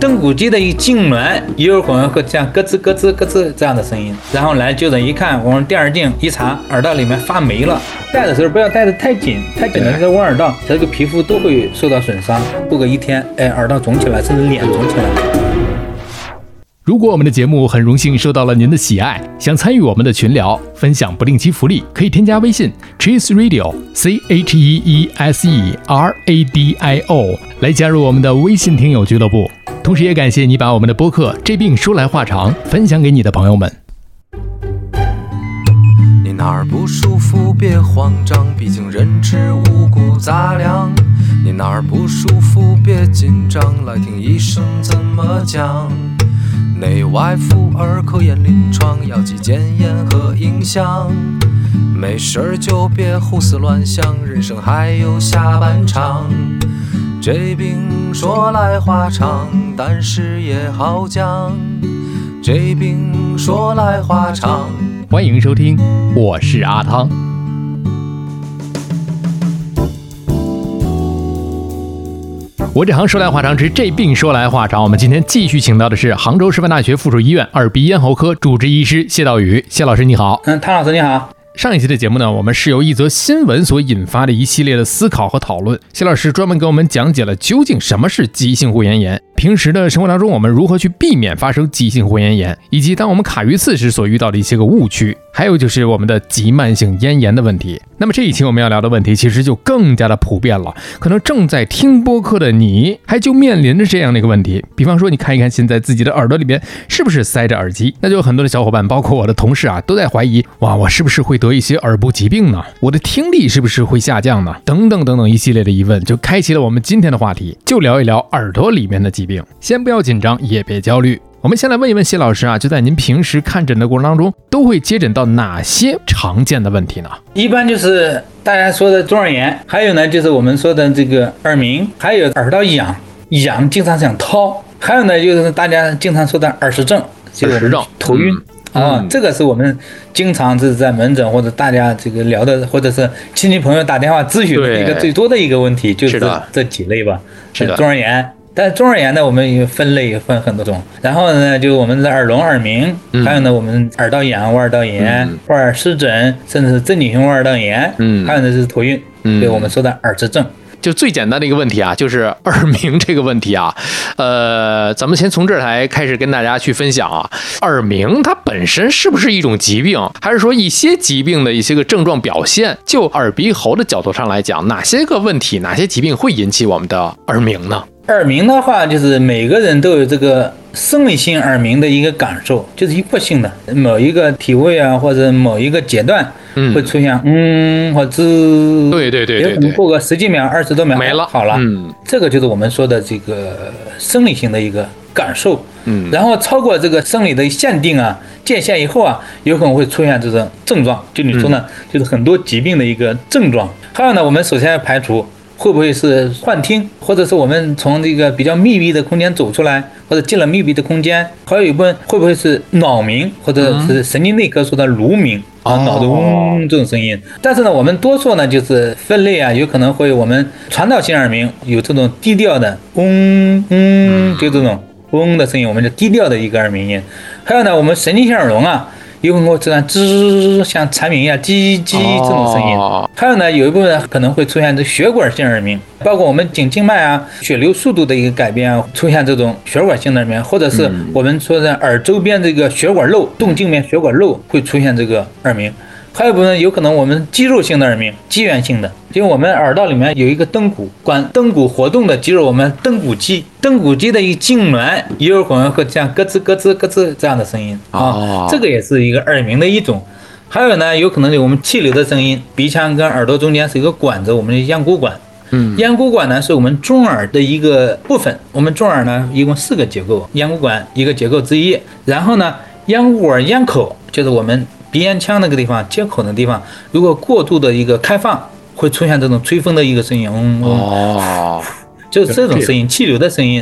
蹬骨机的一痉挛，也有可能会这样咯吱咯吱咯吱这样的声音。然后来就诊一看，我们电视镜一查，耳道里面发霉了。戴的时候不要戴得太紧，太紧的这个弯耳道，这个皮肤都会受到损伤。过个一天，耳道肿起来，甚至脸肿起来。 如果我们的节目很荣幸受到了您的喜爱，想参与我们的群聊，分享不定期福利，可以添加微信 Cheese Radio CHEESE RADIO 来加入我们的微信听友俱乐部。同时也感谢你把我们的播客这病说来话长分享给你的朋友们。 你哪儿不舒服别慌张，毕竟人吃五谷杂粮。你哪儿不舒服别紧张，来听医生怎么讲。内外妇儿科研临床，药剂检验和影像。没事儿就别胡思乱想，人生还有下半场。这病说来话长，但是也好讲。这病说来话长。 欢迎收听，我是阿汤。我这行说来话长，这病说来话长。我们今天继续请到的是杭州师范大学附属医院耳鼻咽喉科主治医师谢道宇。谢老师你好。 汤老师你好。 上一期的节目呢，我们是由一则新闻所引发的一系列的思考和讨论。谢老师专门给我们讲解了究竟什么是急性护眼炎，平时的生活当中我们如何去避免发生急性护眼炎，以及当我们卡鱼刺时所遇到的一些个误区，还有就是我们的急慢性咽炎的问题。那么这一期我们要聊的问题其实就更加的普遍了，可能正在听播客的你还就面临着这样的一个问题。比方说你看一看现在自己的耳朵里边是不是塞着耳机，那就有很多的小伙伴包括我的同事啊都在怀疑，哇，我是不是会得一些耳部疾病呢？我的听力是不是会下降呢？等等等等一系列的疑问，就开启了我们今天的话题，就聊一聊耳朵里面的疾病。先不要紧张，也别焦虑，我们先来问一问谢老师啊，就在您平时看诊的过程当中，都会接诊到哪些常见的问题呢？ 一般就是大家说的中耳炎，还有呢就是我们说的这个耳鸣，还有耳道痒，经常想掏，还有呢就是大家经常说的耳石症，就是头晕。这个是我们经常是在门诊或者大家这个聊的，或者是亲戚朋友打电话咨询的一个最多的一个问题，就是这几类吧。是的，中耳炎。但是中耳炎呢，我们也分类分很多种。然后呢，就我们的耳聋、耳鸣，还有呢，我们耳道痒、外耳道炎、外耳湿疹，甚至是真菌性外耳道炎。还有呢是头晕，对我们说的耳石症。 就最简单的一个问题啊，就是耳鸣这个问题啊，咱们先从这儿来开始跟大家去分享啊。耳鸣它本身是不是一种疾病，还是说一些疾病的一些个症状表现？就耳鼻喉的角度上来讲，哪些个问题、哪些疾病会引起我们的耳鸣呢？ 耳鸣的话，就是每个人都有这个生理性耳鸣的一个感受，就是一过性的某一个体位啊，或者某一个阶段会出现或滋，对，有可能过个10几秒、20多秒没了，好了，这个就是我们说的这个生理性的一个感受。然后超过这个生理的限定啊、界限以后啊，有可能会出现这种症状，就你说呢，就是很多疾病的一个症状。还有呢，我们首先要排除会不会是幻听，或者是我们从这个比较密闭的空间走出来，或者进了密闭的空间，还有一部分会不会是脑鸣，或者是神经内科说的颅鸣脑的嗡这种声音。但是呢，我们多数呢就是分类啊，有可能会我们传导性耳鸣有这种低调的就这种嗡的声音，我们就低调的一个耳鸣音。还有呢，我们神经性耳聋啊，有可能会出现吱像蝉鸣一样叽叽这种声音。还有呢，有一部分可能会出现这血管性耳鸣，包括我们颈静脉啊、血流速度的一个改变啊，出现这种血管性的耳鸣，或者是我们说的耳周边这个血管漏、动静脉血管漏会出现这个耳鸣。还有一部分有可能我们肌肉性的耳鸣，肌源性的，因为我们耳道里面有一个灯骨，管灯骨活动的肌肉，我们灯骨肌的一痉挛，也有可能会这样咯吱咯吱咯吱这样的声音这个也是一个耳鸣的一种。还有呢，有可能有我们气流的声音，鼻腔跟耳朵中间是一个管子，我们的咽鼓管。咽鼓管呢是我们中耳的一个部分，我们中耳呢一共4个结构，咽鼓管一个结构之一。然后呢，咽鼓管咽口就是我们鼻咽腔那个地方接口的地方，如果过度的一个开放，会出现这种吹风的一个声音，就是这种声音，气流的声音。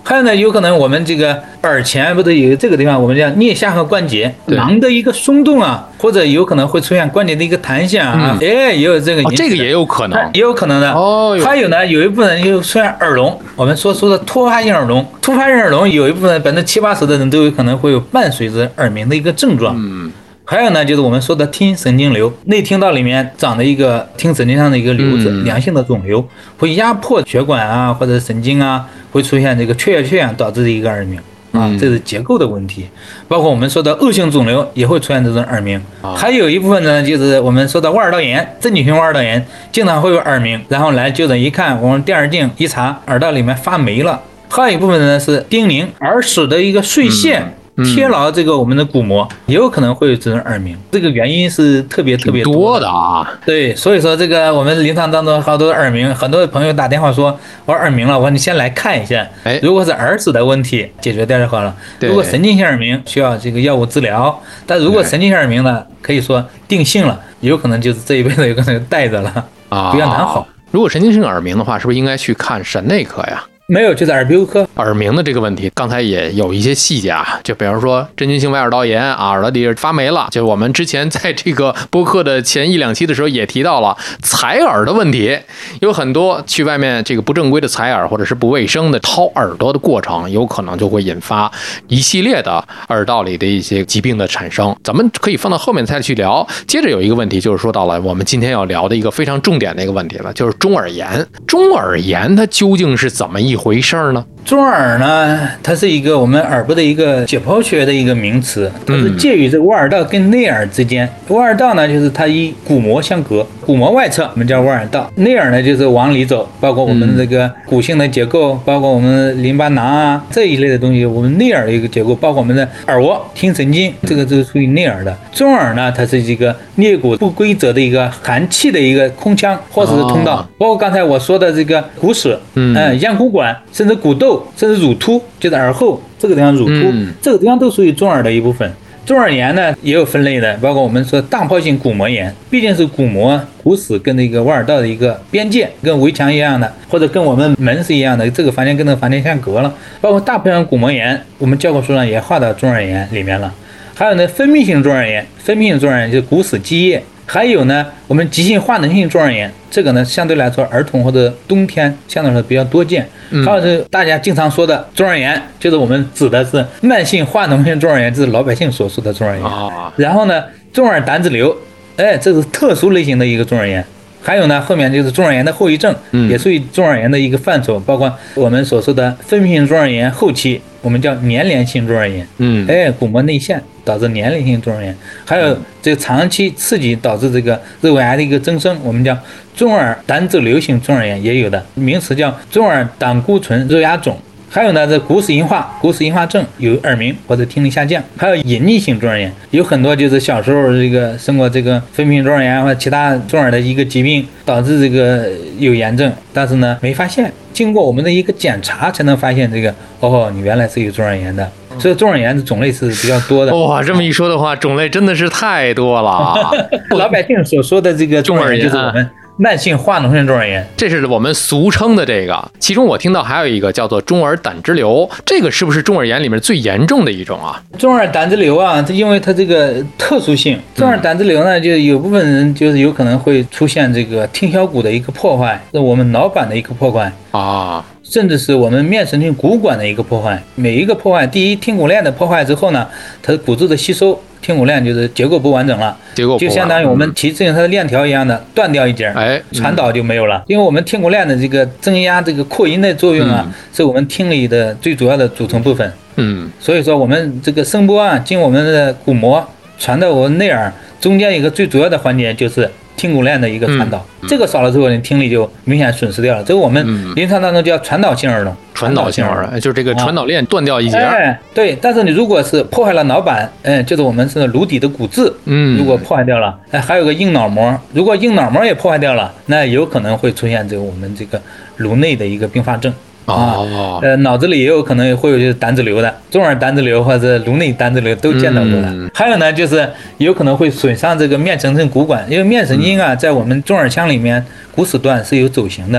还有呢，有可能我们这个耳前不是有这个地方，我们叫颞下颌关节囊的一个松动啊，或者有可能会出现关节的一个弹性啊，也有这个这个也有可能， 也有可能的。还有呢，有一部分就出现耳聋，我们说的突发性耳聋，突发性耳聋有一部分70%-80%的人都有可能会有伴随着耳鸣的一个症状。还有呢，就是我们说的听神经瘤，内听道里面长的一个听神经上的一个瘤子，良性的肿瘤，会压迫血管啊或者神经啊，会出现这个缺血缺氧导致的一个耳鸣啊，这是结构的问题。包括我们说的恶性肿瘤也会出现这种耳鸣。还有一部分呢，就是我们说的腕耳道炎，真菌性腕耳道炎经常会有耳鸣，然后来就诊一看，我们电视镜一查，耳道里面发霉了。还有一部分呢是叮咛耳室的一个碎屑。贴牢这个我们的鼓膜，也有可能会有这种耳鸣，这个原因是特别多的啊。 对，所以说这个我们临床当中好多耳鸣，很多朋友打电话说我耳鸣了，我说你先来看一下，如果是耳屎的问题解决掉就好了，如果神经性耳鸣需要这个药物治疗，但如果神经性耳鸣呢，可以说定性了，有可能就是这一辈子有可能带着了比较难好。 如果神经性耳鸣的话，是不是应该去看神内科呀？ 没有，就是耳鼻喉科。 耳鸣的这个问题，刚才也有一些细节啊，就比方说真菌性外耳道炎啊，耳朵里发霉了，就我们之前在这个播客的前1-2期的时候也提到了采耳的问题，有很多去外面这个不正规的采耳或者是不卫生的掏耳朵的过程，有可能就会引发一系列的耳道里的一些疾病的产生。咱们可以放到后面再去聊。接着有一个问题，就是说到了我们今天要聊的一个非常重点的一个问题了，就是中耳炎。中耳炎它究竟是怎么一回事呢？ 中耳呢，它是一个我们耳部的一个解剖学的一个名词，它是介于这个外耳道跟内耳之间。外耳道呢，就是它与鼓膜相隔，鼓膜外侧我们叫外耳道，内耳呢就是往里走，包括我们这个骨性的结构，包括我们淋巴囊啊这一类的东西，我们内耳的一个结构，包括我们的耳蜗、听神经，这个就是属于内耳的。中耳呢，它是一个颞骨不规则的一个含气的一个空腔或者是通道，包括刚才我说的这个骨室、咽鼓管，甚至骨窦，甚至乳突，就是耳后这个地方乳突，这个地方都属于中耳的一部分。中耳炎呢也有分类的，包括我们说大泡性鼓膜炎，毕竟是鼓膜骨室跟那个外耳道的一个边界，跟围墙一样的，或者跟我们门是一样的，这个房间跟那个房间相隔了。包括大泡性鼓膜炎，我们教科书上也划到中耳炎里面了。还有呢，分泌性中耳炎，分泌性中耳炎就是骨室积液。还有呢，我们急性化脓性中耳炎，这个呢相对来说儿童或者冬天相对来说比较多见。还有是大家经常说的中耳炎，就是我们指的是慢性化脓性中耳炎，这是老百姓所说的中耳炎。然后呢，中耳胆脂瘤，这是特殊类型的一个中耳炎。还有呢，后面就是中耳炎的后遗症，也属于中耳炎的一个范畴，包括我们所说的分泌性中耳炎后期，我们叫粘连性中耳炎，鼓膜内陷导致粘连性中耳炎，还有这个长期刺激导致这个肉芽的一个增生，我们叫中耳胆脂瘤性中耳炎，也有的名词叫中耳胆固醇肉芽肿。还有呢，这骨室硬化、骨室硬化症有耳鸣或者听力下降，还有隐匿性中耳炎，有很多就是小时候这个生过这个分泌性中耳炎或者其他中耳的一个疾病，导致这个有炎症，但是呢没发现，经过我们的一个检查才能发现这个你原来是有中耳炎的。所以中耳炎的种类是比较多的。 哇，这么一说的话，种类真的是太多了。 老百姓所说的这个中耳炎就是我们慢性化脓性中耳炎， 这是我们俗称的这个。其中我听到还有一个叫做中耳胆汁瘤，这个是不是中耳炎里面最严重的一种啊？ 中耳胆汁瘤啊，因为它这个特殊性，中耳胆汁瘤呢，就有部分人就是有可能会出现这个听小骨的一个破坏，是我们脑板的一个破坏啊。甚至是我们面神经骨管的一个破坏。每一个破坏，第一，听骨链的破坏之后呢，它骨质的吸收，听骨链就是结构不完整了，就相当于我们骑自行车的链条一样的断掉一节，传导就没有了。因为我们听骨链的这个增压、这个扩音的作用啊，是我们听力的最主要的组成部分。所以说我们这个声波啊，经我们的鼓膜传到我们内耳，中间一个最主要的环节就是听骨链的一个传导，这个少了之后，你听力就明显损失掉了。这个我们临床当中叫传导性耳聋。 传导性耳聋就是这个传导链断掉一节。 对，但是你如果是破坏了脑板，就是我们是颅底的骨质，如果破坏掉了，还有个硬脑膜，如果硬脑膜也破坏掉了，那有可能会出现这个我们这个颅内的一个并发症。脑子里也有可能会有就是胆汁瘤的，中耳胆汁瘤或者颅内胆汁瘤都见到过的。还有呢，就是有可能会损伤这个面神经骨管，因为面神经啊，在我们中耳腔里面骨室段是有走形的，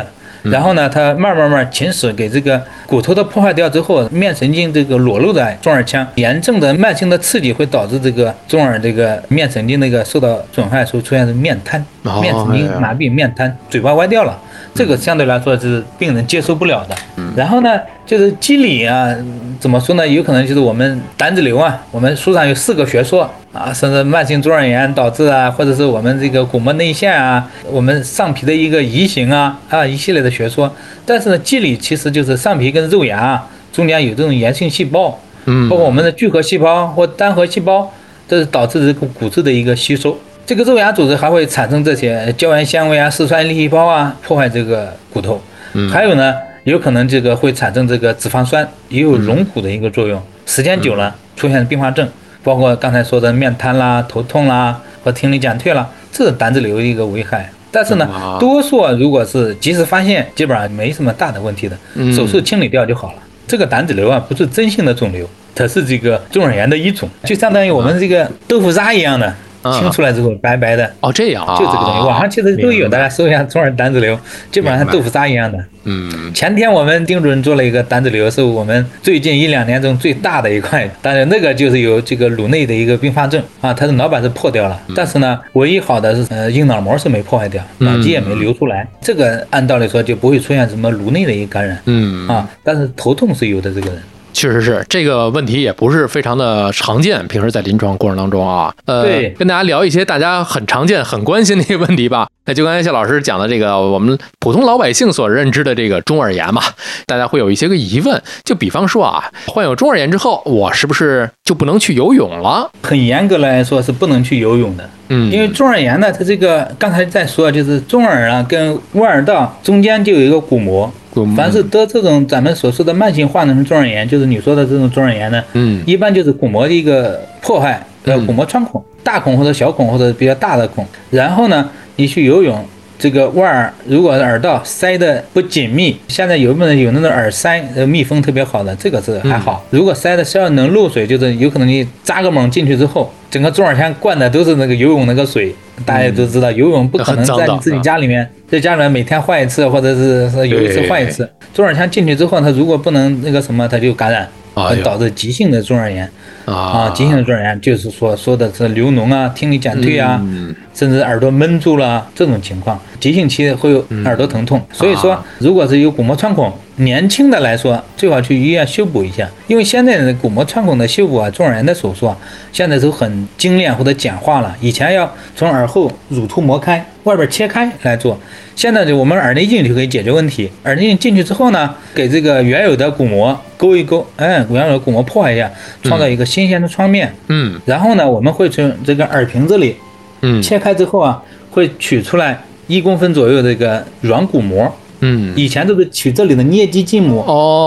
然后呢，它慢慢侵蚀，给这个骨头的破坏掉之后，面神经这个裸露在中耳腔，严重的慢性的刺激会导致这个中耳这个面神经那个受到损害，所以出现的面瘫，面神经麻痹、面瘫，嘴巴歪掉了。这个相对来说是病人接受不了的。然后呢，就是机理啊，怎么说呢？有可能就是我们胆子瘤啊，我们书上有4个学说啊，甚至慢性中耳炎导致啊，或者是我们这个鼓膜内陷啊，我们上皮的一个移行啊一系列的学说。但是呢，机理其实就是上皮跟肉芽中间有这种炎性细胞，包括我们的聚合细胞或单核细胞，这是导致这个骨质的一个吸收。这个肉芽组织还会产生这些胶原纤维啊、嗜酸粒细胞啊，破坏这个骨头。还有呢，有可能这个会产生这个脂肪酸，也有溶骨的一个作用。时间久了出现并发症，包括刚才说的面瘫啦、头痛啦和听力减退啦，这是胆子瘤的一个危害。但是呢，多数如果是及时发现，基本上没什么大的问题的，手术清理掉就好了。这个胆子瘤啊，不是真性的肿瘤，它是这个中耳炎的一种，就相当于我们这个豆腐渣一样的。清出来之后白白的这样就这个东西，网上其实都有，大家搜一下中耳胆子瘤，基本上像豆腐渣一样的。前天我们丁主任做了一个胆子瘤，是我们最近1-2年中最大的一块，但是那个就是有这个颅内的一个并发症啊，它的脑板是破掉了，但是呢，唯一好的是硬脑膜是没破坏掉，脑肌也没流出来，这个按道理说就不会出现什么颅内的一个感染。但是头痛是有的，这个人。 确实是这个问题也不是非常的常见，平时在临床过程当中啊， 对， 跟大家聊一些大家很常见、很关心的一个问题吧。那就刚才谢老师讲的这个，我们普通老百姓所认知的这个中耳炎嘛，大家会有一些个疑问，就比方说啊，患有中耳炎之后，我是不是就不能去游泳了？ 很严格来说是不能去游泳的。因为中耳炎呢，它这个刚才在说，就是中耳啊跟外耳道中间就有一个鼓膜。凡是得这种咱们所说的慢性化脓中耳炎，就是你说的这种中耳炎呢，一般就是鼓膜的一个破坏，鼓膜穿孔，大孔或者小孔或者比较大的孔。然后呢，你去游泳，这个外耳如果耳道塞得不紧密，现在有那种耳塞密封特别好的，这个是还好。如果塞的是要能漏水，就是有可能你扎个猛进去之后，整个中耳腔灌的都是那个游泳那个水。大家都知道，游泳不可能在你自己家里面，在家里面每天换一次，或者是有一次换一次。中耳腔进去之后，它如果不能那个什么，它就感染，导致急性的中耳炎急性的中耳炎就是说的是流脓啊、听力减退啊，甚至耳朵闷住了这种情况，急性期会有耳朵疼痛。所以说，如果是有鼓膜穿孔，年轻的来说最好去医院修补一下，因为现在的鼓膜穿孔的修补啊，中耳炎的手术啊，现在都很精炼或者简化了。以前要从耳后乳突磨开，外边切开来做，现在就我们耳内镜就可以解决问题。耳内镜进去之后呢，给这个原有的鼓膜勾一勾，原有的鼓膜破坏一下，创造一个新鲜的创面。然后呢，我们会从这个耳屏这里，切开之后啊，会取出来1公分左右的这个软鼓膜。以前都是取这里的颞肌筋膜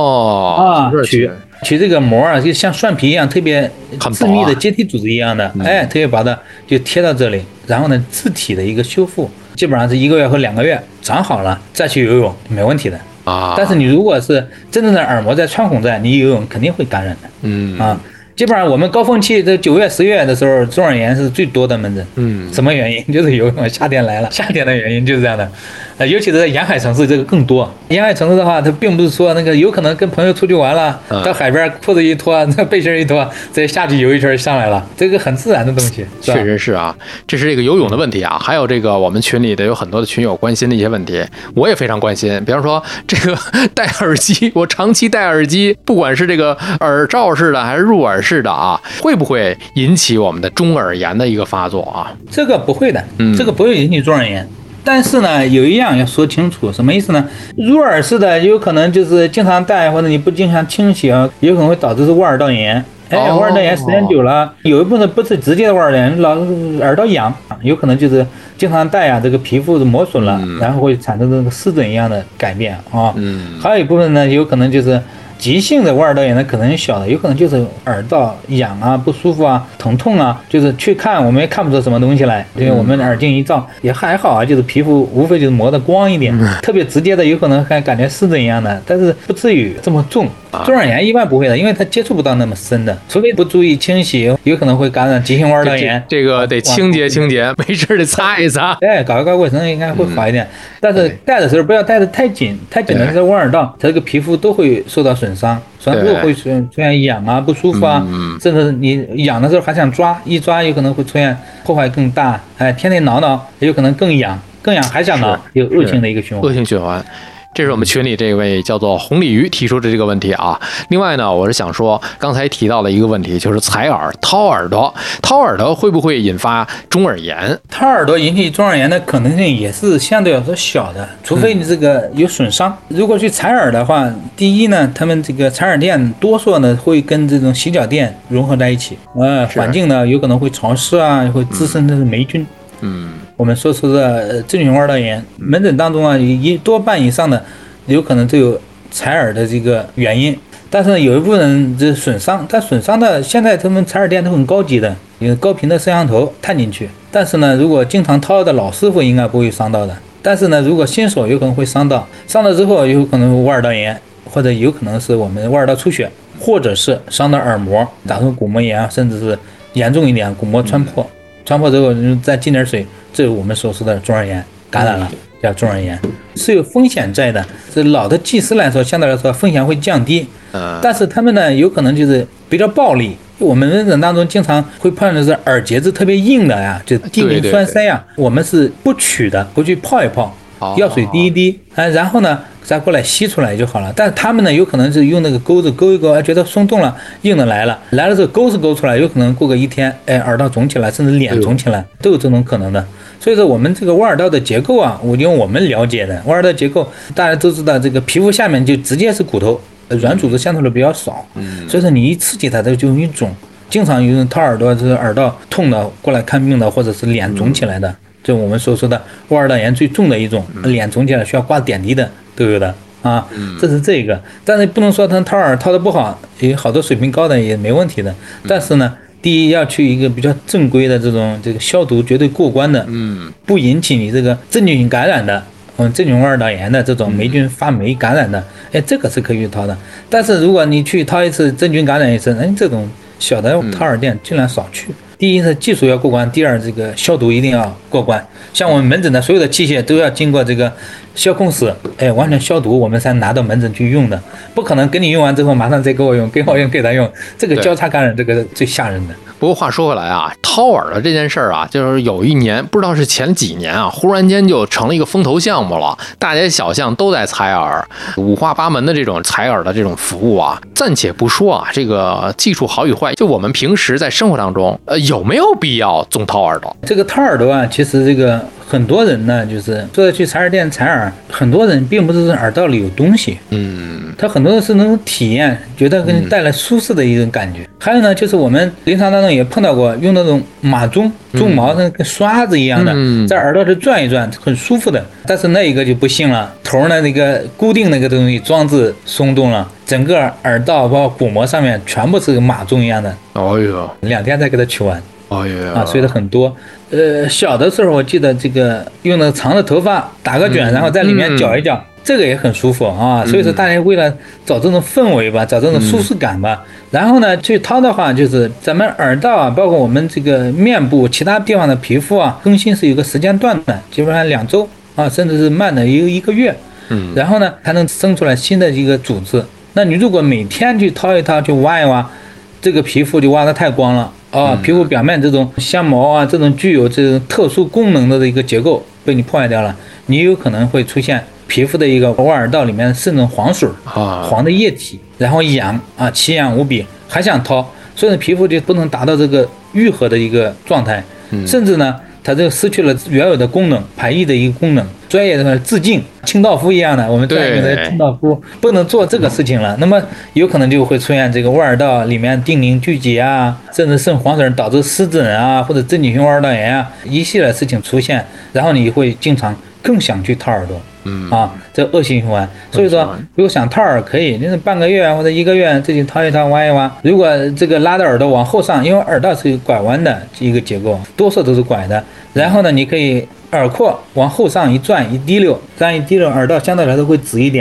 取这个膜啊，就像蒜皮一样，特别致密的结缔组织一样的，特别薄的，就贴到这里。然后呢，自体的一个修复，基本上是1个月和2个月长好了再去游泳没问题的但是你如果是真正的耳膜在穿孔在，你游泳肯定会感染的。基本上我们高峰期的9月、10月的时候，中耳炎是最多的门诊。什么原因？就是游泳，夏天来了，夏天的原因就是这样的。尤其是在沿海城市，这个更多。沿海城市的话，它并不是说那个有可能跟朋友出去玩了，到海边裤子一脱，那背心一脱，再下去游一圈上来了，这个很自然的东西。 确实是啊，这是这个游泳的问题啊，还有这个我们群里的有很多的群友关心的一些问题，我也非常关心。比方说这个戴耳机，我长期戴耳机，不管是这个耳罩式的还是入耳式的啊，会不会引起我们的中耳炎的一个发作啊？ 这个不会的，这个不会引起中耳炎。但是呢，有一样要说清楚，什么意思呢？入耳式的有可能就是经常戴，或者你不经常清洗啊，有可能会导致是外耳道炎。外耳道炎时间久了，有一部分不是直接的外耳道炎，老耳道痒，有可能就是经常戴啊，这个皮肤磨损了，然后会产生这个湿疹一样的改变啊。还有一部分呢，有可能就是急性的外耳道炎的可能小的，有可能就是耳道痒啊、不舒服啊、疼痛啊，就是去看我们也看不出什么东西来，因为我们耳镜一照也还好啊，就是皮肤无非就是磨得光一点，特别直接的有可能还感觉湿疹一样的，但是不至于这么重中耳炎一般不会的，因为它接触不到那么深的，除非不注意清洗，有可能会感染急性弯道炎。 这个得清洁，没事得擦一擦。 对，搞一搞卫生应该会好一点。但是戴的时候不要戴的太紧，太紧的这弯耳道，它这个皮肤都会受到损伤，之后会出现痒啊、不舒服啊，甚至你痒的时候还想抓，一抓有可能会出现破坏更大。天天挠也有可能更痒还想挠，有恶性的一个循环。 这是我们群里这位叫做红鲤鱼提出的这个问题啊。另外呢，我是想说，刚才提到了一个问题，就是采耳、掏耳朵会不会引发中耳炎？ 掏耳朵引起中耳炎的可能性也是相对来说小的，除非你这个有损伤。如果去采耳的话，第一呢，他们这个采耳垫多数呢会跟这种洗脚垫融合在一起，环境呢有可能会潮湿啊，会滋生的是霉菌。我们说出的真菌弯道炎门诊当中啊，多半以上的有可能都有采耳的这个原因，但是有一部分人这损伤，但损伤的现在他们采耳垫都很高级的，有高频的摄像头探进去，但是呢，如果经常掏的老师傅应该不会伤到的，但是呢，如果新手有可能会伤到之后有可能弯道炎，或者有可能是我们弯道出血，或者是伤到耳膜，打成鼓膜炎，甚至是严重一点鼓膜穿破之后再进点水，这是我们所说的中耳炎感染了，叫中耳炎，是有风险在的。这老的技师来说，相对来说风险会降低，但是他们呢有可能就是比较暴力。我们门诊当中经常会碰到是耳结子特别硬的呀，就地灵栓塞呀，我们是不取的，回去泡一泡，药水滴一滴，然后呢再过来吸出来就好了。但是他们呢有可能是用那个钩子勾一勾，觉得松动了，硬的来了之后勾出来，有可能过个一天，耳道肿起来，甚至脸肿起来，都有这种可能的。所以说我们这个弯耳道的结构啊，用我们了解的弯耳道结构，大家都知道，这个皮肤下面就直接是骨头，软组织相对的比较少，所以说你一刺激它，它就容易肿。经常有人掏耳朵，这个耳道痛的过来看病的，或者是脸肿起来的，就我们所说的弯耳道炎最重的一种，脸肿起来需要挂点滴的都有的啊。这是这个，但是不能说他掏耳掏的不好，有好多水平高的也没问题的。但是呢，第一要去一个比较正规的这个消毒绝对过关的，不引起你这个真菌性感染的，真菌弯耳道炎的这种霉菌发霉感染的，这个是可以去掏的。但是如果你去掏一次真菌感染一次，这种小的掏耳垫尽量少去。第一是技术要过关，第二这个消毒一定要过关。像我们门诊的所有的器械都要经过这个消控室，完全消毒，我们才拿到门诊去用的，不可能给你用完之后马上再给我用，给他用，这个交叉感染这个最吓人的。 不过话说回来啊，掏耳的这件事儿啊，就是有一年不知道是前几年啊，忽然间就成了一个风投项目了，大街小巷都在采耳，五花八门的这种采耳的这种服务啊。暂且不说啊，这个技术好与坏，就我们平时在生活当中，有没有必要总掏耳朵？ 这个掏耳朵啊，其实这个很多人呢，就是说去采耳店采耳，很多人并不是耳道里有东西，他很多人是那种体验，觉得给你带来舒适的一种感觉。还有呢，就是我们临床当中也碰到过用那种马鬃毛跟刷子一样的，在耳道里转一转，很舒服的。但是那一个就不幸了，头呢那个固定那个东西装置松动了，整个耳道包括鼓膜上面全部是马鬃一样的。2天才给它取完。所以的很多。小的时候我记得这个用那个长的头发打个卷，然后在里面搅一搅，这个也很舒服啊。所以说大家为了找这种氛围吧，找这种舒适感吧，然后呢去掏的话，就是咱们耳道啊，包括我们这个面部其他地方的皮肤啊，更新是有个时间段的，基本上2周啊，甚至是慢的一个月，然后呢才能生出来新的一个组织。那你如果每天去掏一掏，去挖一挖，这个皮肤就挖得太光了。皮肤表面这种香毛啊，这种具有这种特殊功能的一个结构被你破坏掉了，你有可能会出现皮肤的一个弯耳道里面渗成黄水，黄的液体，然后痒啊，奇痒无比，还想掏，所以皮肤就不能达到这个愈合的一个状态，甚至呢它这个失去了原有的功能，排异的一个功能。专业的自净清道夫一样的，我们专业的清道夫不能做这个事情了，那么有可能就会出现这个弯耳道里面定磷聚集啊，甚至渗黄水导致湿疹啊，或者真菌性弯耳道炎啊，一系列事情出现，然后你会经常更想去掏耳朵。这恶性循环。所以说如果想掏耳可以，就是半个月或者1个月自己掏一掏挖一挖。如果这个拉的耳朵往后上，因为耳道是拐弯的一个结构，多数都是拐的，然后呢你可以耳廓往后上一转一滴溜，这样一滴溜耳道相对来说会直一点，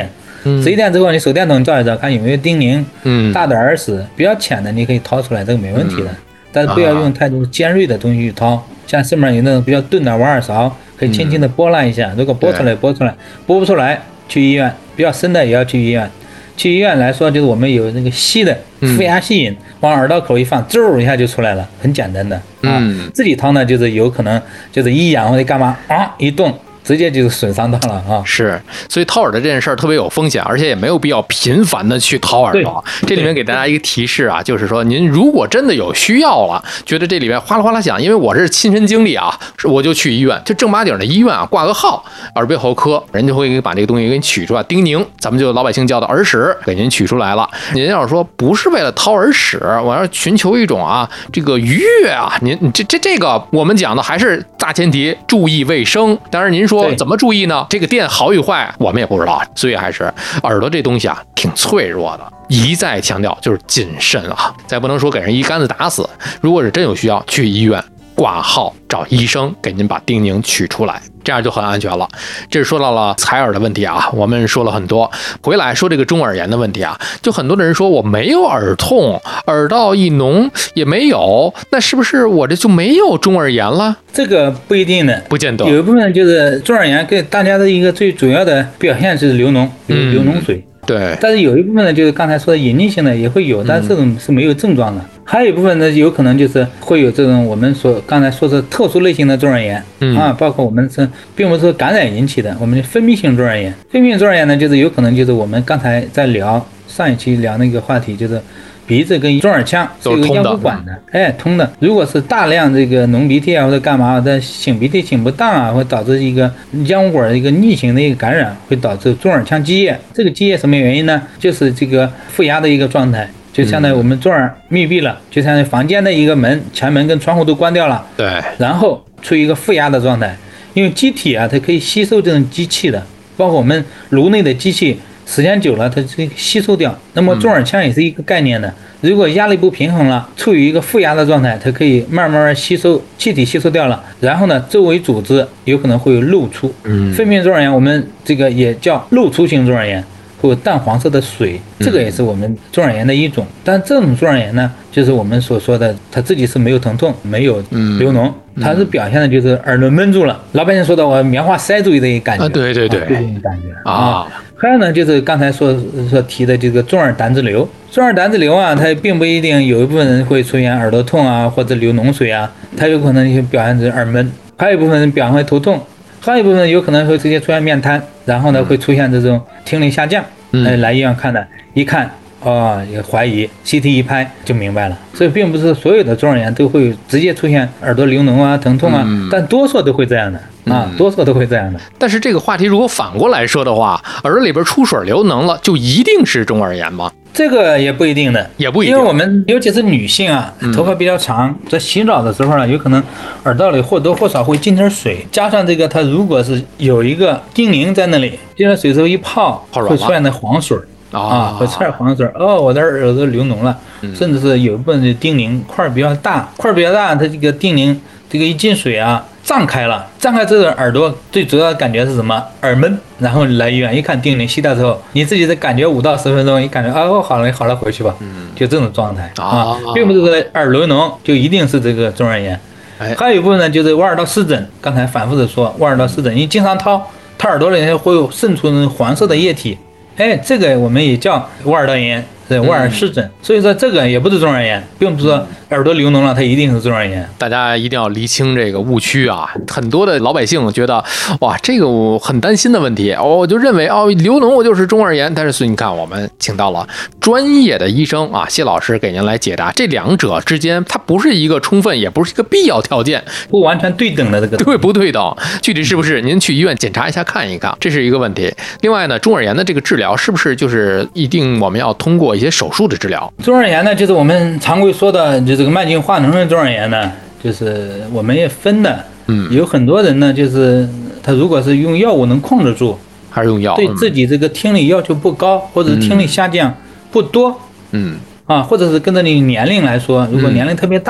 11点之后你手电筒照一照，看有没有叮咛。大的耳屎比较浅的你可以掏出来，这个没问题的。但是不要用太多尖锐的东西去掏，像上面有那种比较钝的挖耳勺，可以轻轻的拨拉一下。如果拨不出来，去医院。比较深的也要去医院。去医院来说，就是我们有那个吸的负压吸引，往耳道口一放，嗖一下就出来了，很简单的啊。自己掏呢，就是有可能就是一痒或者干嘛啊，一动。直接就损伤到了啊！ 是，所以掏耳朵这件事儿特别有风险，而且也没有必要频繁的去掏耳朵。这里面给大家一个提示啊，就是说您如果真的有需要了，觉得这里面哗啦哗啦响，因为我是亲身经历啊，我就去医院，就正八经的医院啊，挂个号，耳鼻喉科，人就会把这个东西给你取出来，叮咛，咱们就老百姓叫的耳屎，给您取出来了。您要是说不是为了掏耳屎，我要寻求一种啊这个愉悦啊，您这个我们讲的还是大前提，注意卫生。当然您说。怎么注意呢？这个电好与坏我们也不知道，所以还是耳朵这东西啊挺脆弱的，一再强调就是谨慎啊，再不能说给人一竿子打死。如果是真有需要，去医院挂号找医生给您把叮咛取出来，这样就很安全了。这是说到了采耳的问题啊，我们说了很多，回来说这个中耳炎的问题啊，就很多的人说我没有耳痛，耳道一脓也没有，那是不是我这就没有中耳炎了？ 这个不一定的， 不见得。 有一部分就是中耳炎给大家的一个最主要的表现是流脓，流脓水。 对， 但是有一部分呢，就是刚才说的隐匿性的也会有，但是这种是没有症状的。还有一部分呢，有可能就是会有这种我们刚才说的特殊类型的中耳炎包括我们是并不是感染引起的，我们分泌性中耳炎。分泌性中耳炎呢，就是有可能就是我们刚才在上一期聊那个话题，就是鼻子跟中耳腔是有相互管的，通的。如果是大量这个浓鼻涕啊或者干嘛的，擤鼻涕擤不当啊，会导致一个咽喉管的一个逆行的一个感染，会导致中耳腔积液。这个积液什么原因呢？就是这个负压的一个状态，就相当于我们中耳密闭了，就相当于房间的一个门、前门跟窗户都关掉了， 对， 然后处于一个负压的状态。因为机体啊，它可以吸收这种机器的，包括我们颅内的机器。时间久了，它就吸收掉。那么中耳腔也是一个概念的，如果压力不平衡了，处于一个负压的状态，它可以慢慢吸收气体，吸收掉了。然后呢，周围组织有可能会有漏出。分泌中耳炎，我们这个也叫漏出型中耳炎，会有淡黄色的水，这个也是我们中耳炎的一种。但这种中耳炎呢，就是我们所说的，它自己是没有疼痛，没有流脓。它是表现的就是耳朵闷住了，老百姓说的我棉花塞住的一个感觉对， 这种感觉啊。还有呢，就是刚才所提的这个中耳胆汁瘤。中耳胆汁瘤啊，它并不一定，有一部分人会出现耳朵痛啊，或者流脓水啊，它有可能会表现成耳闷；还有一部分人表现为头痛，还有一部分人有可能会直接出现面瘫，然后呢会出现这种听力下降。来医院看的，一看也怀疑 CT 一拍就明白了。所以并不是所有的中耳炎都会直接出现耳朵流脓啊、疼痛啊，但多数都会这样的。多数都会这样的。 但是这个话题如果反过来说的话，耳朵里边出水流脓了，就一定是中耳炎吗？ 这个也不一定的， 也不一定， 因为我们尤其是女性啊，头发比较长，在洗澡的时候呢，有可能耳道里或多或少会进点水，加上这个它如果是有一个叮咛在那里，进了水之后一泡，会出现的黄水。会出现黄水。我的耳朵流脓了，甚至是有一部分的叮咛块比较大，它这个叮咛这个一进水啊。胀开了，胀开这个耳朵最主要的感觉是什么？耳闷。然后来医院一看叮咛吸到之后，你自己的感觉5到10分钟，一感觉好了回去吧，就这种状态并不是说耳流脓就一定是这个中耳炎。还有一部分呢，就是挖耳道湿疹，刚才反复的说挖耳道湿疹，你经常掏耳朵里会有渗出黄色的液体，这个我们也叫挖耳道炎。挖耳湿疹，所以说这个也不是中耳炎，并不是说耳朵流脓了它一定是中耳炎。 大家一定要厘清这个误区啊！很多的老百姓觉得，哇，这个我很担心的问题，我就认为流脓我就是中耳炎。但是所以你看，我们请到了专业的医生啊，谢老师给您来解答，这两者之间它不是一个充分，也不是一个必要条件， 不完全对等的这个对不对等？具体是不是您去医院检查一下看一看，这是一个问题。另外呢，中耳炎的这个治疗是不是就是一定我们要通过一些手术的治疗？ 中耳炎呢，就是我们常规说的，就这个慢性化脓性中耳炎呢，就是我们也分的，有很多人呢，就是他如果是用药物能控制住， 还是用药， 对自己这个听力要求不高，或者是听力下降不多，或者是跟着你年龄来说，如果年龄特别大，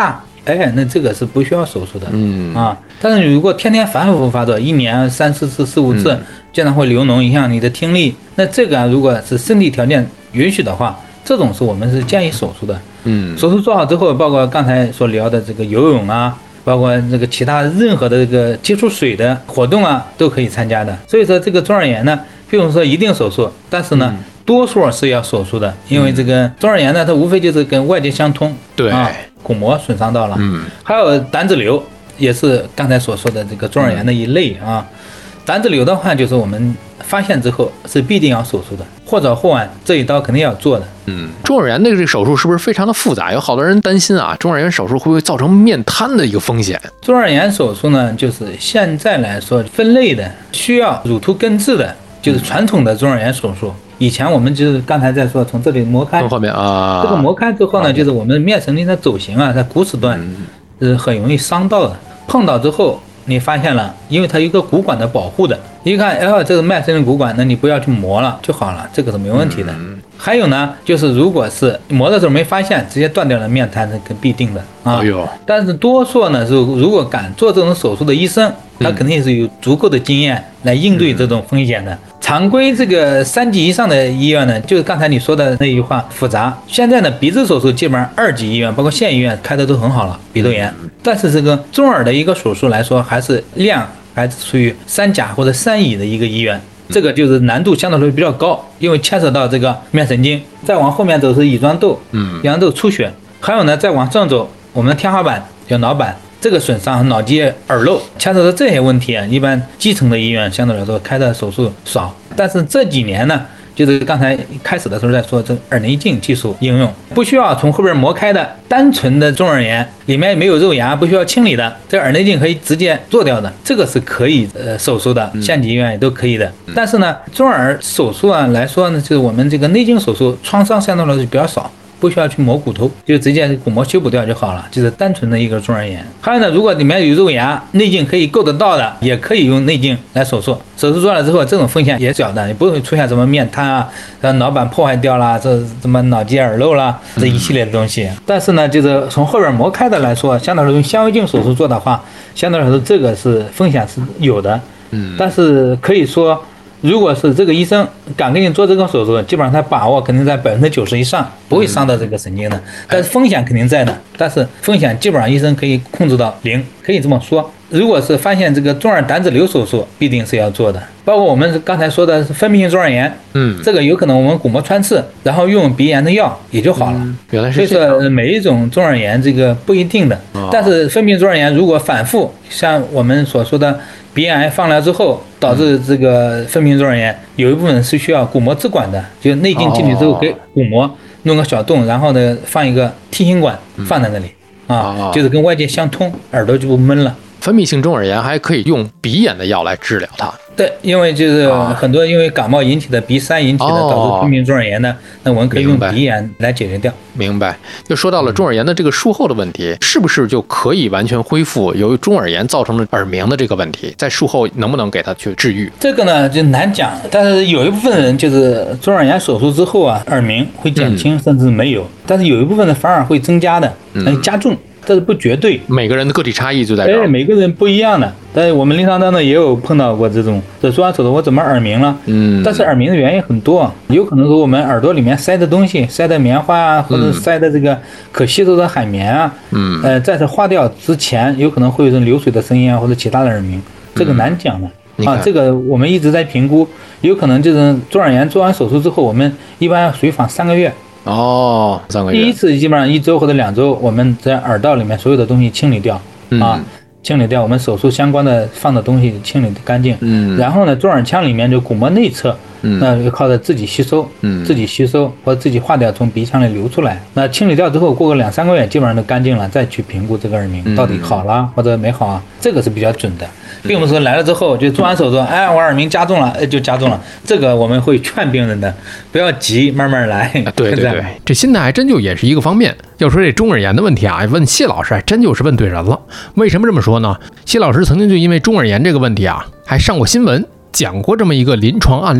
那这个是不需要手术的。但是如果天天反复发作，1年3、4次、4、5次，经常会流脓影响你的听力，那这个如果是身体条件允许的话，这种是我们是建议手术的。手术做好之后，包括刚才所聊的这个游泳啊，包括这个其他任何的这个接触水的活动啊，都可以参加的。所以说这个中耳炎呢，并不是说一定手术，但是呢，多数是要手术的，因为这个中耳炎呢，它无非就是跟外界相通， 对鼓膜损伤到了，还有胆子瘤，也是刚才所说的这个中耳炎的一类啊。胆子瘤的话，就是我们发现之后是必定要手术的，或早或晚这一刀肯定要做的。 中耳炎的这个手术是不是非常的复杂？有好多人担心啊，中耳炎手术会不会造成面瘫的一个风险？ 中耳炎手术呢，就是现在来说分类的，需要乳突根治的，就是传统的中耳炎手术。以前我们就是刚才在说，从这里磨开， 从后面啊， 这个磨开之后呢，就是我们面神经的走形啊，在骨齿段是很容易伤到的。碰到之后，你发现了，因为它有一个骨管的保护的，一看，这个脉神经骨管，那你不要去磨了就好了，这个是没问题的。还有呢，就是如果是磨的时候没发现，直接断掉了面瘫是必定的啊。但是多数呢，是如果敢做这种手术的医生，他肯定是有足够的经验来应对这种风险的。常规这个3级以上的医院呢，就是刚才你说的那句话复杂。现在呢，鼻子手术基本上2级医院，包括县医院开的都很好了，鼻窦炎。但是这个中耳的一个手术来说，还是量还是属于3甲或者3乙的一个医院。这个就是难度相对来说比较高，因为牵扯到这个面神经，再往后面走是乙状窦，乙状窦出血，还有呢再往上走，我们的天花板叫脑板，这个损伤、脑结、耳漏，牵扯到这些问题啊，一般基层的医院相对来说开的手术少，但是这几年呢，就是刚才开始的时候在说这耳内镜技术应用，不需要从后边磨开的单纯的中耳炎，里面没有肉芽，不需要清理的，这耳内镜可以直接做掉的，这个是可以手术的，县级医院也都可以的。但是呢，中耳手术啊来说呢，就是我们这个内镜手术创伤相对来说比较少。不需要去磨骨头，就直接骨膜修补掉就好了，就是单纯的一个中耳炎。还有呢，如果里面有肉芽，内镜可以够得到的，也可以用内镜来手术。手术做了之后，这种风险也小的，也不会出现什么面瘫啊，脑板破坏掉啦，这什么脑结耳漏啦，这一系列的东西。但是呢，就是从后边磨开的来说，相对来说用纤维镜手术做的话，相对来说这个是风险是有的。但是可以说，如果是这个医生敢给你做这个手术，基本上他把握肯定在90%以上，不会伤到这个神经的。但是风险肯定在的，但是风险基本上医生可以控制到0，可以这么说。如果是发现这个中耳胆子瘤手术，必定是要做的。包括我们刚才说的是分泌性中耳炎，这个有可能我们骨膜穿刺，然后用鼻炎的药也就好了。 原来是这样。所以说每一种中耳炎这个不一定的，但是分泌性中耳炎如果反复，像我们所说的鼻炎放疗之后导致这个分泌性中耳炎，有一部分是需要骨膜置管的，就内镜进去之后给骨膜弄个小洞，然后呢放一个梯形管放在那里啊，就是跟外界相通，耳朵就不闷了。 分泌性中耳炎还可以用鼻炎的药来治疗它。 对，因为就是很多因为感冒引起的鼻塞引起的导致分泌中耳炎的，那我们可以用鼻炎来解决掉。 明白。就说到了中耳炎的这个术后的问题，是不是就可以完全恢复由于中耳炎造成的耳鸣的这个问题，在术后能不能给它去治愈？ 这个呢就难讲，但是有一部分人就是中耳炎手术之后啊，耳鸣会减轻甚至没有，但是有一部分人反而会增加的，加重。这是不绝对， 每个人的个体差异就在这儿。 每个人不一样的。但是我们临床当中也有碰到过这种，做完手术我怎么耳鸣了？但是耳鸣的原因很多，有可能是我们耳朵里面塞的东西，塞的棉花啊，或者塞的这个可吸收的海绵啊，在这化掉之前，有可能会有流水的声音啊，或者其他的耳鸣，这个难讲的。这个我们一直在评估，有可能就是中耳炎做完手术之后，我们一般要随访3个月。3个月。第一次基本上1周或者2周，我们在耳道里面所有的东西清理掉清理掉我们手术相关的放的东西，清理干净。然后呢，中耳腔里面就骨膜内侧，那就靠着自己吸收，自己吸收或者自己化掉，从鼻腔里流出来。那清理掉之后，过个2-3个月，基本上都干净了，再去评估这个耳鸣到底好了或者没好啊，这个是比较准的。并不是说来了之后就做完手术，我耳鸣加重了，就加重了。这个我们会劝病人的，不要急，慢慢来。 对，这心态还真就也是一个方面。要说这中耳炎的问题啊，问谢老师还真就是问对人了。为什么这么说呢？谢老师曾经就因为中耳炎这个问题啊，还上过新闻，讲过这么一个临床案例。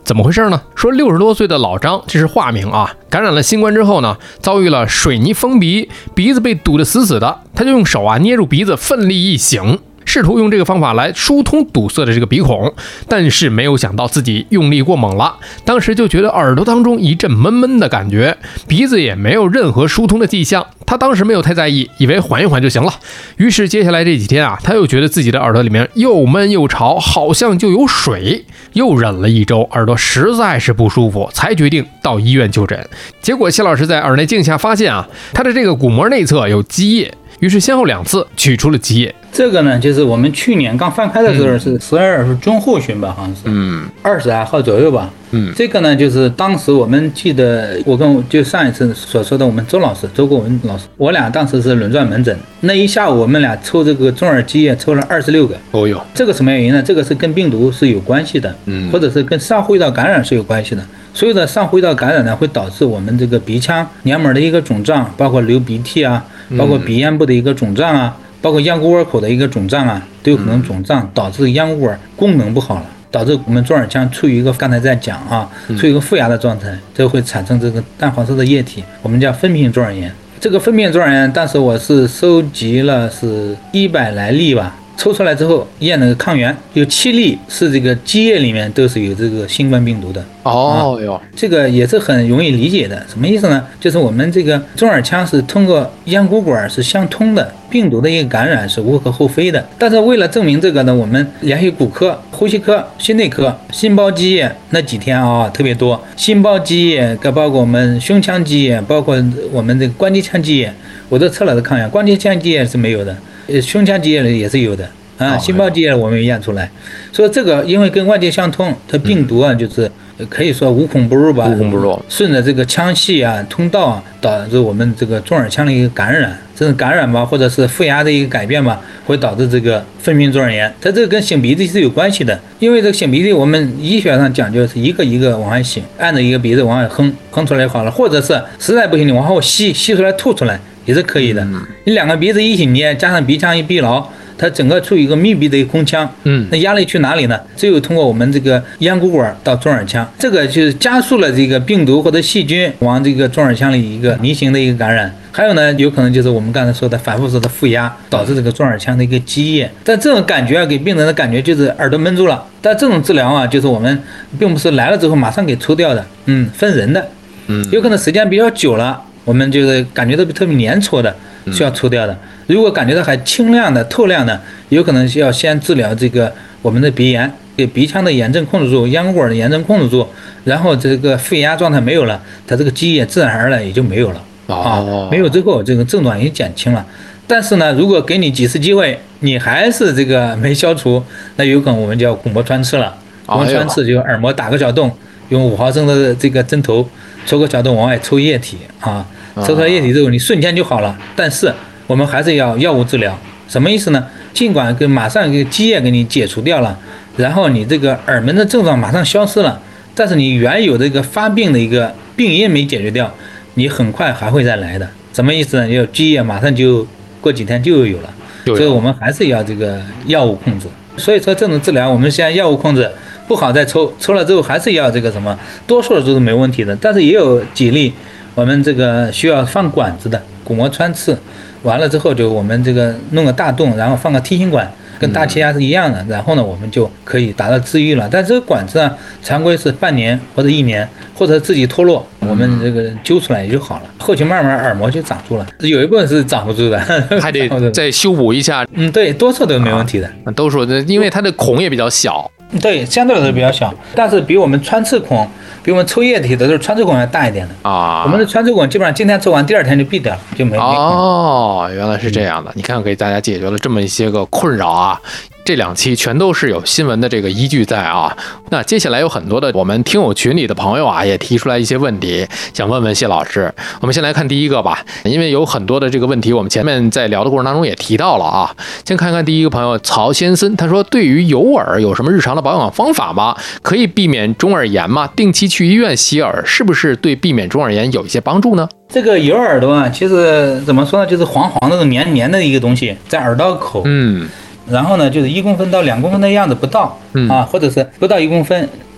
怎么回事呢？说60多岁的老张，这是化名啊，感染了新冠之后呢，遭遇了水泥封鼻，鼻子被堵得死死的，他就用手啊捏住鼻子，奋力一擤，试图用这个方法来疏通堵塞的这个鼻孔，但是没有想到自己用力过猛了，当时就觉得耳朵当中一阵闷闷的感觉，鼻子也没有任何疏通的迹象。他当时没有太在意，以为缓一缓就行了。于是接下来这几天啊，他又觉得自己的耳朵里面又闷又潮，好像就有水，又忍了1周，耳朵实在是不舒服，才决定到医院就诊。结果谢老师在耳内镜下发现啊，他的这个鼓膜内侧有积液，于是先后2次取出了积液。 这个呢，就是我们去年刚放开的时候是12中后旬吧，好像是，20号左右吧。这个呢，就是当时我们记得，我跟就上一次所说的我们周国文老师，我俩当时是轮转门诊，那一下午我们俩抽这个中耳积液抽了26个。 哦哟， 这个什么原因呢？这个是跟病毒是有关系的，或者是跟上呼吸道感染是有关系的。所有的上呼吸道感染呢，会导致我们这个鼻腔黏膜的一个肿胀，包括流鼻涕啊，包括鼻咽部的一个肿胀啊，包括咽鼓窝口的一个肿胀啊，都有可能肿胀，导致咽鼓窝功能不好了，导致我们中耳腔处于一个刚才在讲啊，处于一个负压的状态，这会产生这个淡黄色的液体，我们叫分泌性中耳炎。这个分泌性中耳炎，当时我是收集了是100来例吧。抽出来之后验那个抗原，有7例是这个积液里面都是有这个新冠病毒的。 哦哟， 这个也是很容易理解的。什么意思呢？就是我们这个中耳腔是通过咽鼓管是相通的，病毒的一个感染是无可厚非的。但是为了证明这个呢，我们联系骨科、呼吸科、心内科，心包积液那几天啊特别多，心包积液，包括我们胸腔积液，包括我们这个关节腔积液，我都测了的抗原，关节腔积液是没有的。胸腔积液也是有的啊，心包积液我们验出来，所以这个因为跟外界相通，它病毒啊就是可以说无孔不入吧， 无孔不入， 顺着这个腔隙啊、通道啊，导致我们这个中耳腔的一个感染，这种感染吧，或者是负压的一个改变吧，会导致这个分泌中耳炎。它这个跟擤鼻涕是有关系的，因为这个擤鼻涕我们医学上讲究是一个一个往外擤，按着一个鼻子往外哼出来就好了，或者是实在不行你往后吸出来吐出来。也是可以的，你2个鼻子一起捏，加上鼻腔一闭牢，它整个处于一个密闭的一个空腔，那压力去哪里呢？只有通过我们这个咽鼓管到中耳腔，这个就是加速了这个病毒或者细菌往这个中耳腔里一个逆行的一个感染。还有呢，有可能就是我们刚才说的反复说的负压，导致这个中耳腔的一个积液。但这种感觉啊，给病人的感觉就是耳朵闷住了。但这种治疗啊，就是我们并不是来了之后马上给抽掉的，分人的，有可能时间比较久了。我们就是感觉到特别粘稠的，需要抽掉的。如果感觉到还清亮的、透亮的，有可能需要先治疗这个我们的鼻炎，给鼻腔的炎症控制住，咽鼓管的炎症控制住，然后这个肺压状态没有了，它这个积液自然而然也就没有了没有之后这个症状也减轻了。但是呢，如果给你几次机会，你还是这个没消除，那有可能我们就要鼓膜穿刺了。鼓膜穿刺就耳膜打个小洞，用5毫升的这个针头抽个小洞往外抽液体啊。抽出来液体之后，你瞬间就好了。但是我们还是要药物治疗，什么意思呢？尽管马上给积液给你解除掉了，然后你这个耳鸣的症状马上消失了，但是你原有这个发病的一个病因没解决掉，你很快还会再来的。什么意思呢？要积液马上就过几天就有了，所以我们还是要这个药物控制。所以说这种治疗，我们先药物控制，不好再抽了之后还是要这个什么，多数的都是没问题的，但是也有几例。我们这个需要放管子的鼓膜穿刺，完了之后就我们这个弄个大洞，然后放个梯形管，跟大气压是一样的，然后呢我们就可以达到治愈了。但这个管子呢，常规是半年或者1年，或者自己脱落，我们这个揪出来也就好了。后期慢慢耳膜就长住了，有一部分是长不住的， 还得再修补一下。 对，多数都没问题的。 都说因为它的孔也比较小。 对，相对来说比较小，但是比我们穿刺孔，比我们抽液体的时候穿刺孔要大一点的啊。我们的穿刺孔基本上今天抽完，第2天就闭掉了，就没孔。 原来是这样的。你看，给大家解决了这么一些个困扰啊。这2期全都是有新闻的这个依据在啊。那接下来有很多的我们听友群里的朋友啊，也提出来一些问题，想问问谢老师。我们先来看第一个吧，因为有很多的这个问题，我们前面在聊的过程当中也提到了啊。先看看第一个朋友曹先森，他说对于有耳有什么日常的保养方法吗？可以避免中耳炎吗？定期去医院洗耳是不是对避免中耳炎有一些帮助呢？ 这个有耳朵啊，其实怎么说呢，就是黄黄的黏黏的一个东西在耳道口，然后呢就是1公分到2公分的样子不到或者是不到1公分，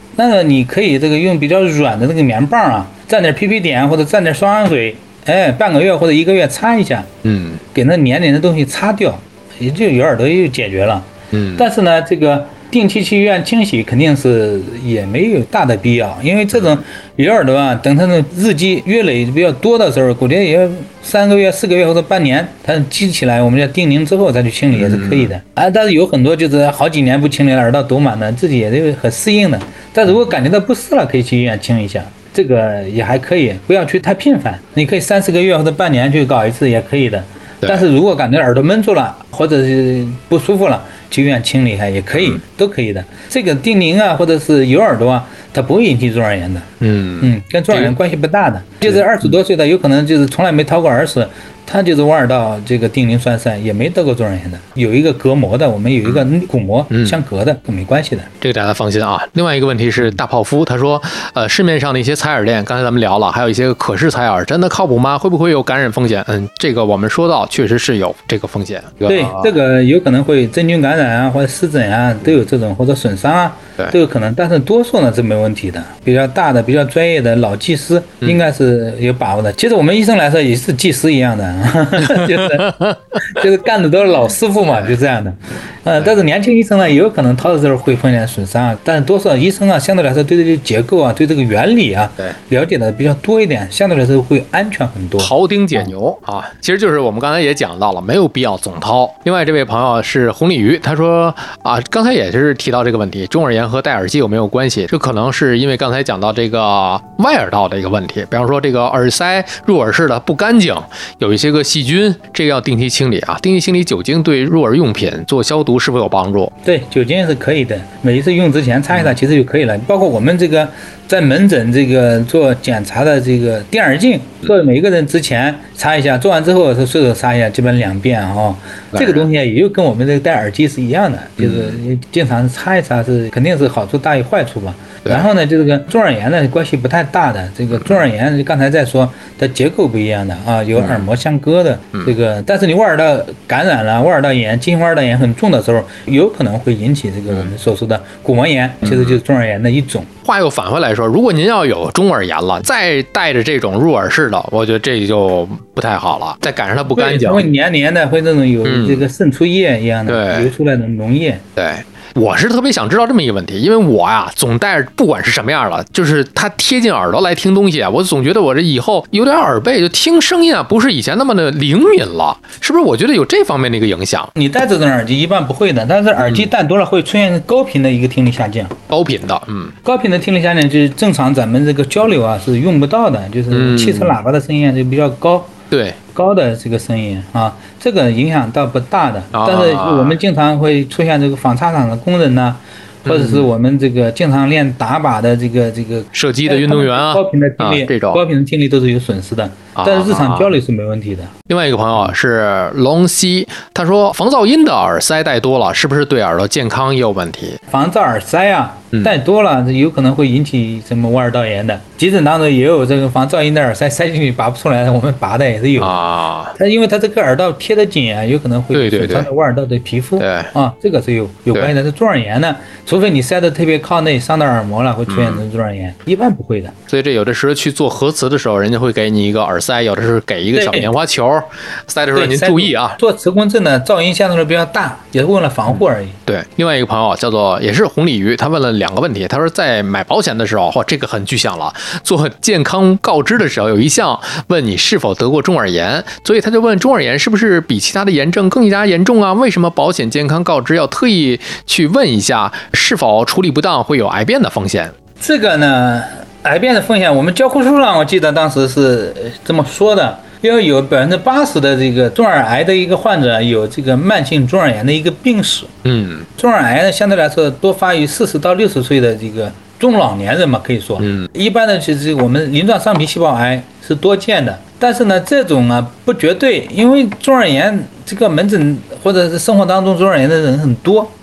那你可以这个用比较软的那个棉棒啊，蘸点 PP 碘或者蘸点双氧水，半个月或者1个月擦一下，给那黏黏的东西擦掉，也就有耳朵又解决了。但是呢，这个定期去医院清洗肯定是也没有大的必要，因为这种有耳朵啊，等它的日积月累比较多的时候，估计也要3个月、4个月或者半年，它积起来，我们要定龄之后再去清理也是可以的。但是有很多就是好几年不清理，耳道堵满的，自己也是很适应的。但如果感觉到不适了，可以去医院清一下，这个也还可以，不要去太频繁。你可以3、4个月或者半年去搞一次也可以的。但是如果感觉耳朵闷住了，或者是不舒服了，去医院清理一下也可以，都可以的。这个定龄啊，或者是有耳朵啊，它不会引起中耳炎的。跟中耳炎关系不大的。就是20多岁的，有可能就是从来没掏过耳屎，他就是弯耳道这个定龄栓塞，也没得过中耳炎的。有一个隔膜的，我们有一个鼓膜相隔的，没关系的。 这个大家放心啊。另外一个问题是大泡芙，他说，市面上的一些采耳店，刚才咱们聊了，还有一些可视采耳，真的靠谱吗？会不会有感染风险？这个我们说到，确实是有这个风险。 对，这个有可能会真菌感染啊，或者湿疹啊，都有这种，或者损伤啊，都有可能。但是多数呢是没问题的。比较大的、比较专业的老技师应该是有把握的。其实我们医生来说也是技师一样的，就是干的都是老师傅嘛，就这样的。但是年轻医生呢，也有可能掏的时候会碰见损伤，但是多数医生啊，相对来说对这个结构啊，对这个原理啊，了解的比较多一点，相对来说会安全很多。 庖丁解牛啊，其实就是我们刚才也讲到了，没有必要总掏。另外这位朋友是红鲤鱼，他说啊，刚才也是提到这个问题，中耳炎和戴耳机有没有关系？这可能是因为刚才讲到这个外耳道的一个问题，比方说这个耳塞入耳式的不干净，有一些个细菌，这个要定期清理啊。定期清理酒精对入耳用品做消毒是否有帮助？ 对，酒精是可以的，每一次用之前擦一擦其实就可以了。包括我们这个在门诊这个做检查的这个电耳镜，做每一个人之前擦一下，做完之后是顺手擦一下，基本2遍啊。这个东西也就跟我们这个戴耳机是一样的，就是经常擦一擦是肯定是好处大于坏处吧。然后呢，这个中耳炎呢关系不太大的，这个中耳炎刚才在说它结构不一样的啊，有耳膜相隔的这个，但是你外耳道感染了，外耳道炎、急性外耳道炎很重的时候，有可能会引起这个我们所说的鼓膜炎，其实就是中耳炎的一种。 话又返回来说，如果您要有中耳炎了，再带着这种入耳式的，我觉得这就不太好了，再赶上它不干净， 会黏黏的，会那种有这个渗出液一样的流出来的脓液。 对。我是特别想知道这么一个问题，因为我呀总戴不管是什么样的，就是它贴近耳朵来听东西啊，我总觉得我这以后有点耳背，就听声音啊不是以前那么的灵敏了，是不是？我觉得有这方面的一个影响。 你戴这种耳机一般不会的，但是耳机戴多了会出现高频的一个听力下降。 高频的， 高频的听力下降就是正常咱们这个交流啊是用不到的，就是汽车喇叭的声音就比较高。 对高的这个声音啊，这个影响倒不大的，但是我们经常会出现这个纺纱厂的工人呐，或者是我们这个经常练打靶的这个射击的运动员啊， 高频的听力， 这种高频的听力都是有损失的，但是日常交流是没问题的。 另外一个朋友是龙西，他说防噪音的耳塞戴多了，是不是对耳朵健康也有问题？ 防噪耳塞啊，戴多了有可能会引起什么外耳道炎的。急诊当中也有这个防噪音的耳塞塞进去拔不出来的，我们拔的也是有啊。它因为它这个耳道贴得紧啊，有可能会损伤到外耳道的皮肤。对啊，这个是有关系的。这中耳炎呢，除非你塞得特别靠内，伤到耳膜了，会出现中耳炎，一般不会的。 所以这有的时候去做核磁的时候，人家会给你一个耳塞，有的是给一个小棉花球，塞的时候您注意啊。 做磁共振呢，噪音相对来说比较大，也是为了防护而已。 对，另外一个朋友叫做也是红鲤鱼，他问了2个问题。他说在买保险的时候，这个很具象了。做健康告知的时候，有一项问你是否得过中耳炎，所以他就问中耳炎是不是比其他的炎症更加严重啊？为什么保险健康告知要特意去问一下是否处理不当会有癌变的风险？ 这个呢，癌变的风险，我们教科书上我记得当时是这么说的。因为有80%的这个中耳癌的一个患者有这个慢性中耳炎的一个病史。中耳癌呢相对来说多发于40到60岁的这个中老年人嘛，可以说。一般的其实我们鳞状上皮细胞癌是多见的，但是呢这种啊不绝对，因为中耳炎这个门诊或者是生活当中中耳炎的人很多，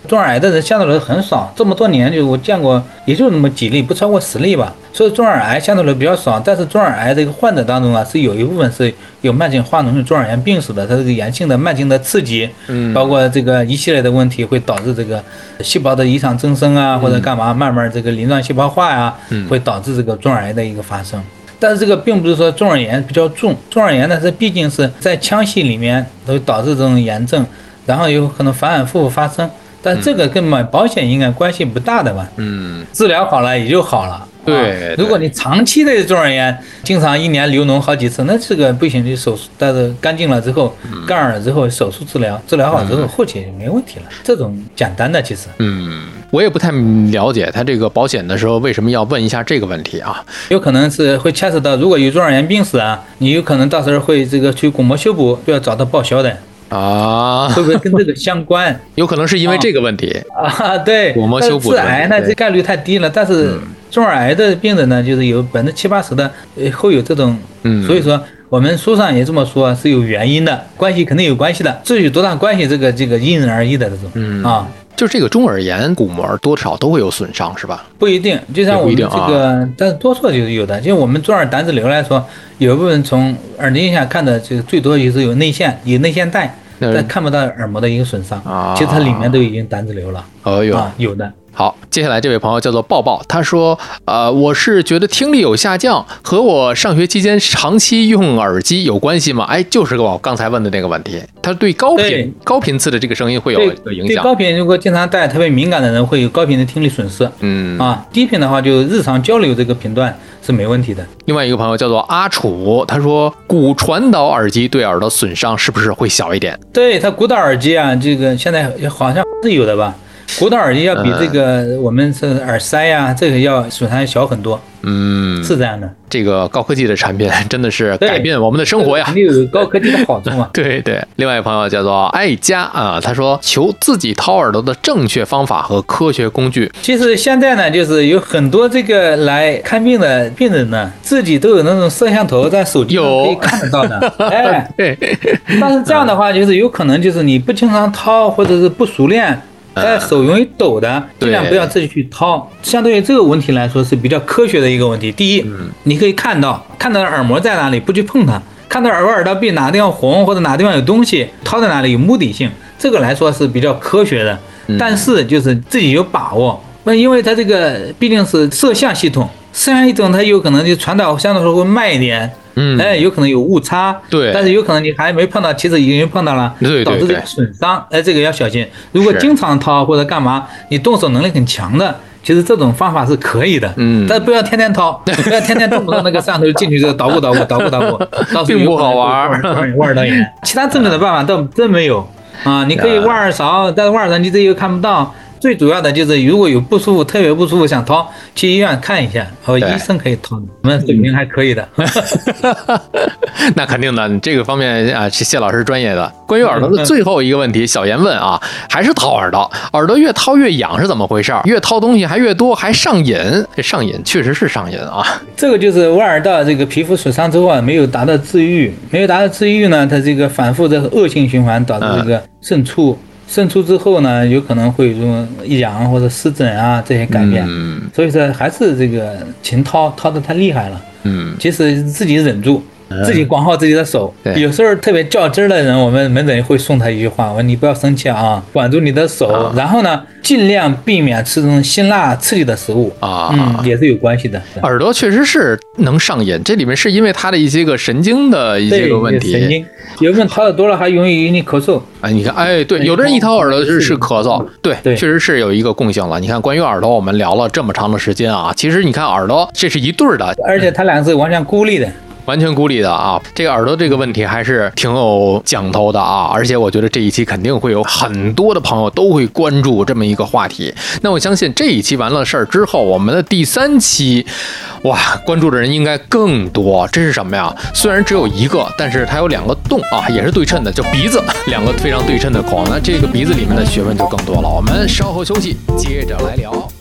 中耳癌的人相对来说很少，这么多年就我见过也就那么几例，不超过10例吧。所以中耳癌相对来说比较少，但是中耳癌这个患者当中啊，是有一部分是有慢性化脓性中耳炎病史的，它这个炎性的慢性的刺激，包括这个一系列的问题会导致这个细胞的异常增生啊，或者干嘛，慢慢这个鳞状细胞化呀，会导致这个中耳癌的一个发生。但是这个并不是说中耳炎比较重，中耳炎呢是毕竟是在腔隙里面都导致这种炎症，然后有可能反反复复发生，但这个跟保险应该关系不大的吧？治疗好了也就好了。 对， 如果你长期的中耳炎，经常1年流脓好几次，那这个不行，就手术，但是干净了之后，干耳之后手术治疗，治疗好之后后期也没问题了。这种简单的其实， 我也不太了解他这个保险的时候为什么要问一下这个问题啊？ 有可能是会牵扯到，如果有中耳炎病史啊，你有可能到时候会这个去巩膜修补，就要找他报销的。会不会跟这个相关？ 有可能是因为这个问题对， 巩膜修补致癌呢，这概率太低了。但是中耳癌的病人呢，就是有70-80%的会有这种，所以说我们书上也这么说，是有原因的，关系肯定有关系的。至于多大关系，这个因人而异的这种就是这个中耳炎骨膜多少都会有损伤，是吧？ 不一定，就像我们这个，但是多数就是有的。就我们中耳胆脂瘤来说，有一部分从耳镜下看的，这个最多就是有内腺带，但看不到耳膜的一个损伤。其实它里面都已经胆脂瘤了。有的。 好，接下来这位朋友叫做抱抱，他说，我是觉得听力有下降，和我上学期间长期用耳机有关系吗？哎，就是我刚才问的那个问题，他对高频次的这个声音会有影响。对高频如果经常戴特别敏感的人，会有高频的听力损失。低频的话，就日常交流这个频段是没问题的。 另外一个朋友叫做阿楚，他说骨传导耳机对耳朵损伤是不是会小一点？ 对，他骨导耳机啊，这个现在好像是有的吧。骨导耳机要比这个我们是耳塞呀，这个要损伤小很多。是这样的。 这个高科技的产品真的是改变我们的生活呀， 肯定有高科技的好处嘛。 对。另外一位朋友叫做爱佳啊，他说求自己掏耳朵的正确方法和科学工具。 其实现在呢，就是有很多这个来看病的病人呢，自己都有那种摄像头在手机上可以看得到的。 对。 但是这样的话，就是有可能就是你不经常掏，或者是不熟练。手容易抖的，尽量不要自己去掏。相对于这个问题来说，是比较科学的一个问题。第一，你可以看到耳膜在哪里，不去碰它；看到耳道壁哪个地方红或者哪个地方有东西，掏在哪里有目的性，这个来说是比较科学的。但是就是自己有把握，因为它这个毕竟是摄像系统，它有可能就传导相对来说会慢一点。有可能有误差， 对， 但是有可能你还没碰到，其实已经碰到了，导致这个损伤，这个要小心。如果经常掏或者干嘛，你动手能力很强的，其实这种方法是可以的，但不要天天掏，不要天天动不动那个摄像头进去就捣鼓， 并不好玩， 挖耳道炎。其他正确的办法倒真没有啊，你可以挖耳勺，但是挖耳勺你自己又看不到。最主要的就是如果有不舒服，特别不舒服想掏，去医院看一下，医生可以掏，我们水平还可以的。 那肯定的，这个方面啊，是谢老师专业的。关于耳朵的最后一个问题，小严问啊，还是掏耳朵，耳朵越掏越痒是怎么回事？越掏东西还越多，还上瘾，这上瘾确实是上瘾啊。 这个就是挖耳道这个皮肤损伤之后啊，没有达到治愈呢，它这个反复的恶性循环导致这个渗出之后呢，有可能会有这种痒或者湿疹啊这些改变，所以说还是这个勤掏得太厉害了，其实自己忍住，自己管好自己的手。有时候特别较真的人，我们门诊会送他一句话，我说你不要生气啊，管住你的手，然后呢尽量避免吃这种辛辣刺激的食物也是有关系的。 耳朵确实是能上瘾，这里面是因为它的一些个神经的一些个问题。 神经有人掏的多了还容易引起咳嗽。 你看，对，有的人一掏耳朵是咳嗽，对，确实是有一个共性了。你看，关于耳朵我们聊了这么长的时间啊，其实你看耳朵这是一对的， 而且它俩是完全孤立的。 啊，这个耳朵这个问题还是挺有讲头的啊，而且我觉得这一期肯定会有很多的朋友都会关注这么一个话题。那我相信这一期完了事儿之后，我们的第3期，哇，关注的人应该更多。这是什么呀？虽然只有一个，但是它有2个洞啊，也是对称的，叫鼻子，2个非常对称的孔。那这个鼻子里面的学问就更多了。我们稍后休息，接着来聊。